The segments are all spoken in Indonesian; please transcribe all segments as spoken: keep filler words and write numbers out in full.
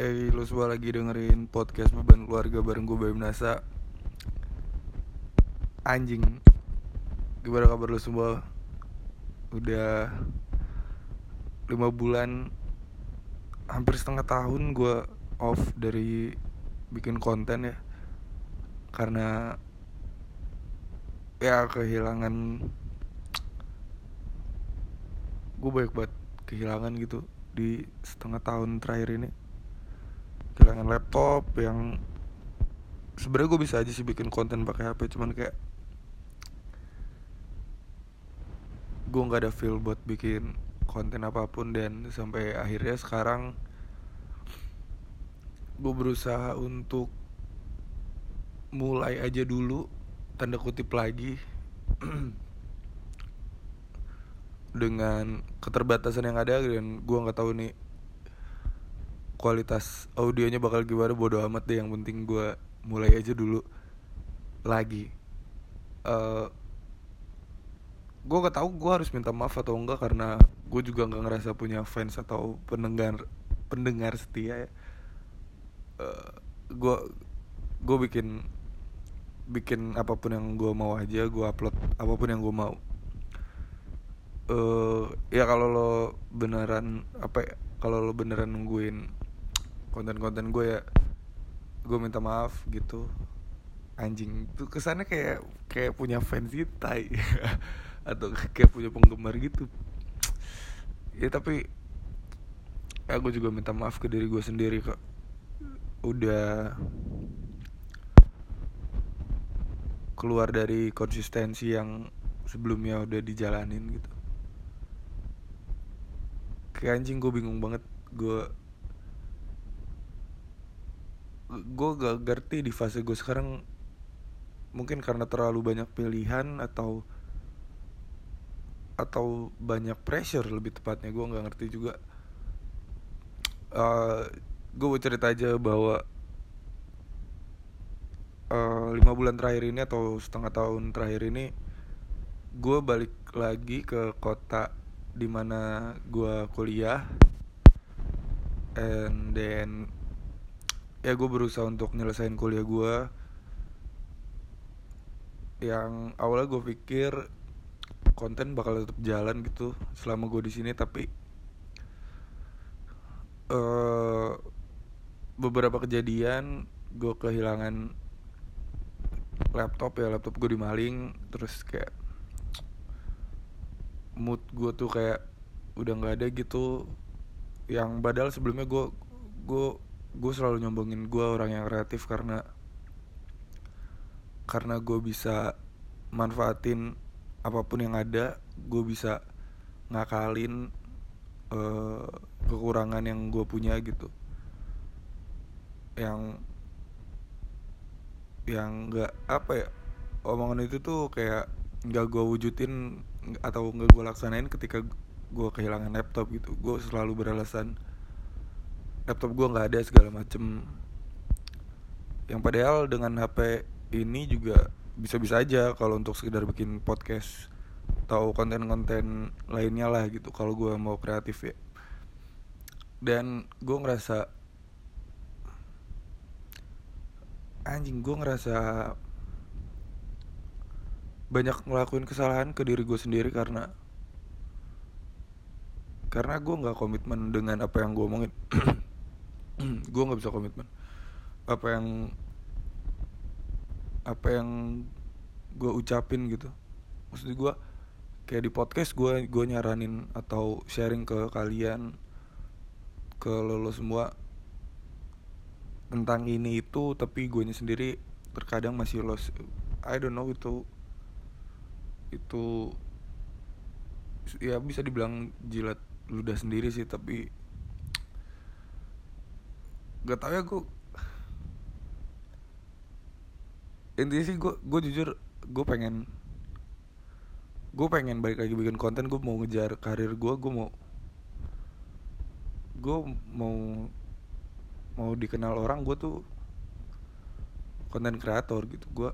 Eh, lu semua lagi dengerin podcast Beban Keluarga bareng gue Bayu Nasa. Anjing, gimana kabar lu semua? Udah lima bulan, hampir setengah tahun gue off dari bikin konten ya. Karena ya kehilangan, gue banyak banget kehilangan gitu di setengah tahun terakhir ini. Kehilangan laptop yang sebenarnya gue bisa aja sih bikin konten pakai H P, cuman kayak gue nggak ada feel buat bikin konten apapun. Dan sampai akhirnya sekarang gue berusaha untuk mulai aja dulu, tanda kutip lagi, dengan keterbatasan yang ada. Dan gue nggak tahu nih kualitas audionya bakal gimana, bodo amat deh, yang penting gue mulai aja dulu lagi. uh, gue nggak tahu gue harus minta maaf atau enggak, karena gue juga nggak ngerasa punya fans atau pendengar pendengar setia ya. uh, gue gue bikin bikin apapun yang gue mau aja, gue upload apapun yang gue mau. uh, ya kalau lo beneran apa ya, kalau lo beneran nungguin konten-konten gue, ya gue minta maaf gitu. Anjing tuh kesannya kayak kayak punya fans gitu, tai. Atau kayak punya penggemar gitu ya. Tapi ya gue juga minta maaf ke diri gue sendiri kok. Udah keluar dari konsistensi yang sebelumnya udah dijalanin gitu. Kayak anjing, gue bingung banget. Gue gue gak ngerti di fase gue sekarang. Mungkin karena terlalu banyak pilihan atau atau banyak pressure lebih tepatnya, gue nggak ngerti juga. uh, gue mau cerita aja bahwa uh, lima bulan terakhir ini atau setengah tahun terakhir ini, gue balik lagi ke kota dimana gue kuliah. And then ya gue berusaha untuk nyelesain kuliah gue. Yang awalnya gue pikir konten bakal tetap jalan gitu selama gue di sini, tapi uh, beberapa kejadian, gue kehilangan laptop ya laptop gue dimaling. Terus kayak mood gue tuh kayak udah nggak ada gitu. Yang padahal sebelumnya gue gue gue selalu nyombongin gue orang yang kreatif, karena karena gue bisa manfaatin apapun yang ada. Gue bisa ngakalin uh, kekurangan yang gue punya gitu, yang yang nggak apa ya, omongan itu tuh kayak nggak gue wujudin atau nggak gue laksanain ketika gue kehilangan laptop gitu. Gue selalu beralasan laptop gue nggak ada segala macem. Yang padahal dengan H P ini juga bisa-bisa aja kalau untuk sekedar bikin podcast atau konten-konten lainnya lah gitu, kalau gue mau kreatif ya. Dan gue ngerasa anjing, gue ngerasa banyak ngelakuin kesalahan ke diri gue sendiri, karena karena gue nggak komitmen dengan apa yang gue omongin. Gue nggak bisa komitmen apa yang apa yang gue ucapin gitu. Maksud gue kayak di podcast gue gue nyaranin atau sharing ke kalian, ke lo, lo semua tentang ini itu, tapi gue sendiri terkadang masih lost. I don't know, itu itu ya bisa dibilang jilat ludah sendiri sih. Tapi gak tau ya, gue intinya sih gue gue jujur gue pengen gue pengen balik lagi bikin konten. Gue mau ngejar karir gue. Gue mau gue mau mau dikenal orang. Gue tuh konten kreator gitu. Gue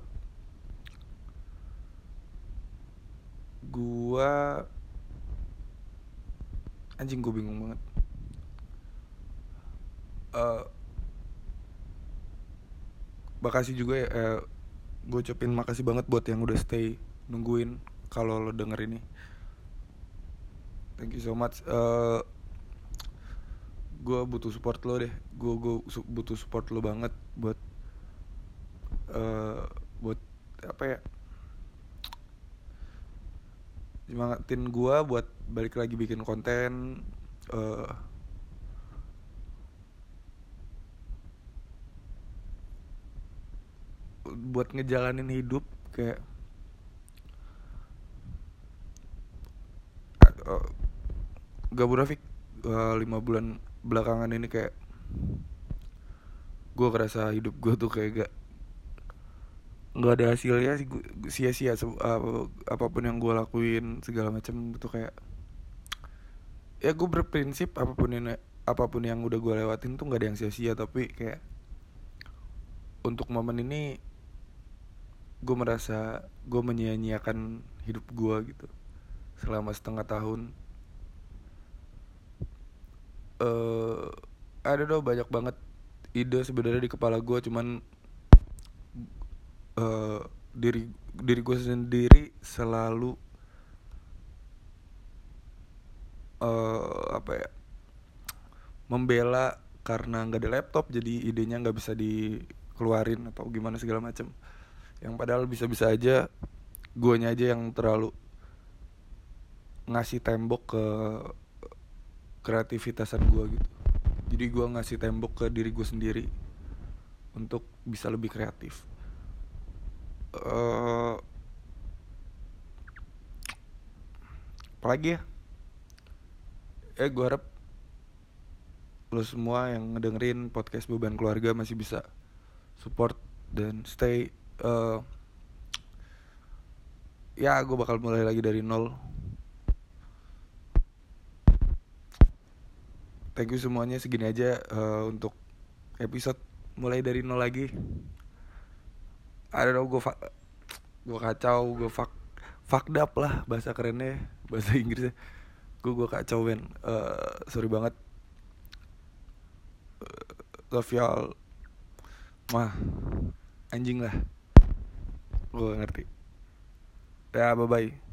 gue anjing, gue bingung banget. uh, makasih juga ya, eh, gue ucapin makasih banget buat yang udah stay nungguin kalau lo denger ini. Thank you so much. uh, gue butuh support lo deh, gue gue su- butuh support lo banget buat uh, buat apa ya, semangatin gue buat balik lagi bikin konten, uh, buat ngejalanin hidup kayak uh, gak munafik. Uh, lima bulan belakangan ini kayak gue kerasa hidup gue tuh kayak gak nggak ada hasilnya sih, gua- sia-sia se- apa, apapun yang gue lakuin segala macam tuh kayak, ya gue berprinsip apapun yang apapun yang udah gue lewatin tuh nggak ada yang sia-sia, tapi kayak untuk momen ini gue merasa gue menyia-nyiakan hidup gue gitu selama setengah tahun. eh ada dong banyak banget ide sebenarnya di kepala gue, cuman eh diri diri gue sendiri selalu eh apa ya, membela karena nggak ada laptop jadi idenya nggak bisa dikeluarin atau gimana segala macam, yang padahal bisa-bisa aja guanya aja yang terlalu ngasih tembok ke kreativitasan gue gitu. Jadi gue ngasih tembok ke diri gue sendiri untuk bisa lebih kreatif. uh, Apalagi ya, eh gue harap lo semua yang ngedengerin podcast Beban Keluarga masih bisa support dan stay. uh, Ya gue bakal mulai lagi dari nol. Thank you semuanya, segini aja uh, untuk episode mulai dari nol lagi. I don't know, gue fa- gue kacau, gue fuck fucked up lah bahasa kerennya, bahasa Inggrisnya. Gue gue kacau men. Uh, sorry banget. Love y'all. Mah anjing lah. Gue ngerti. Ya bye bye.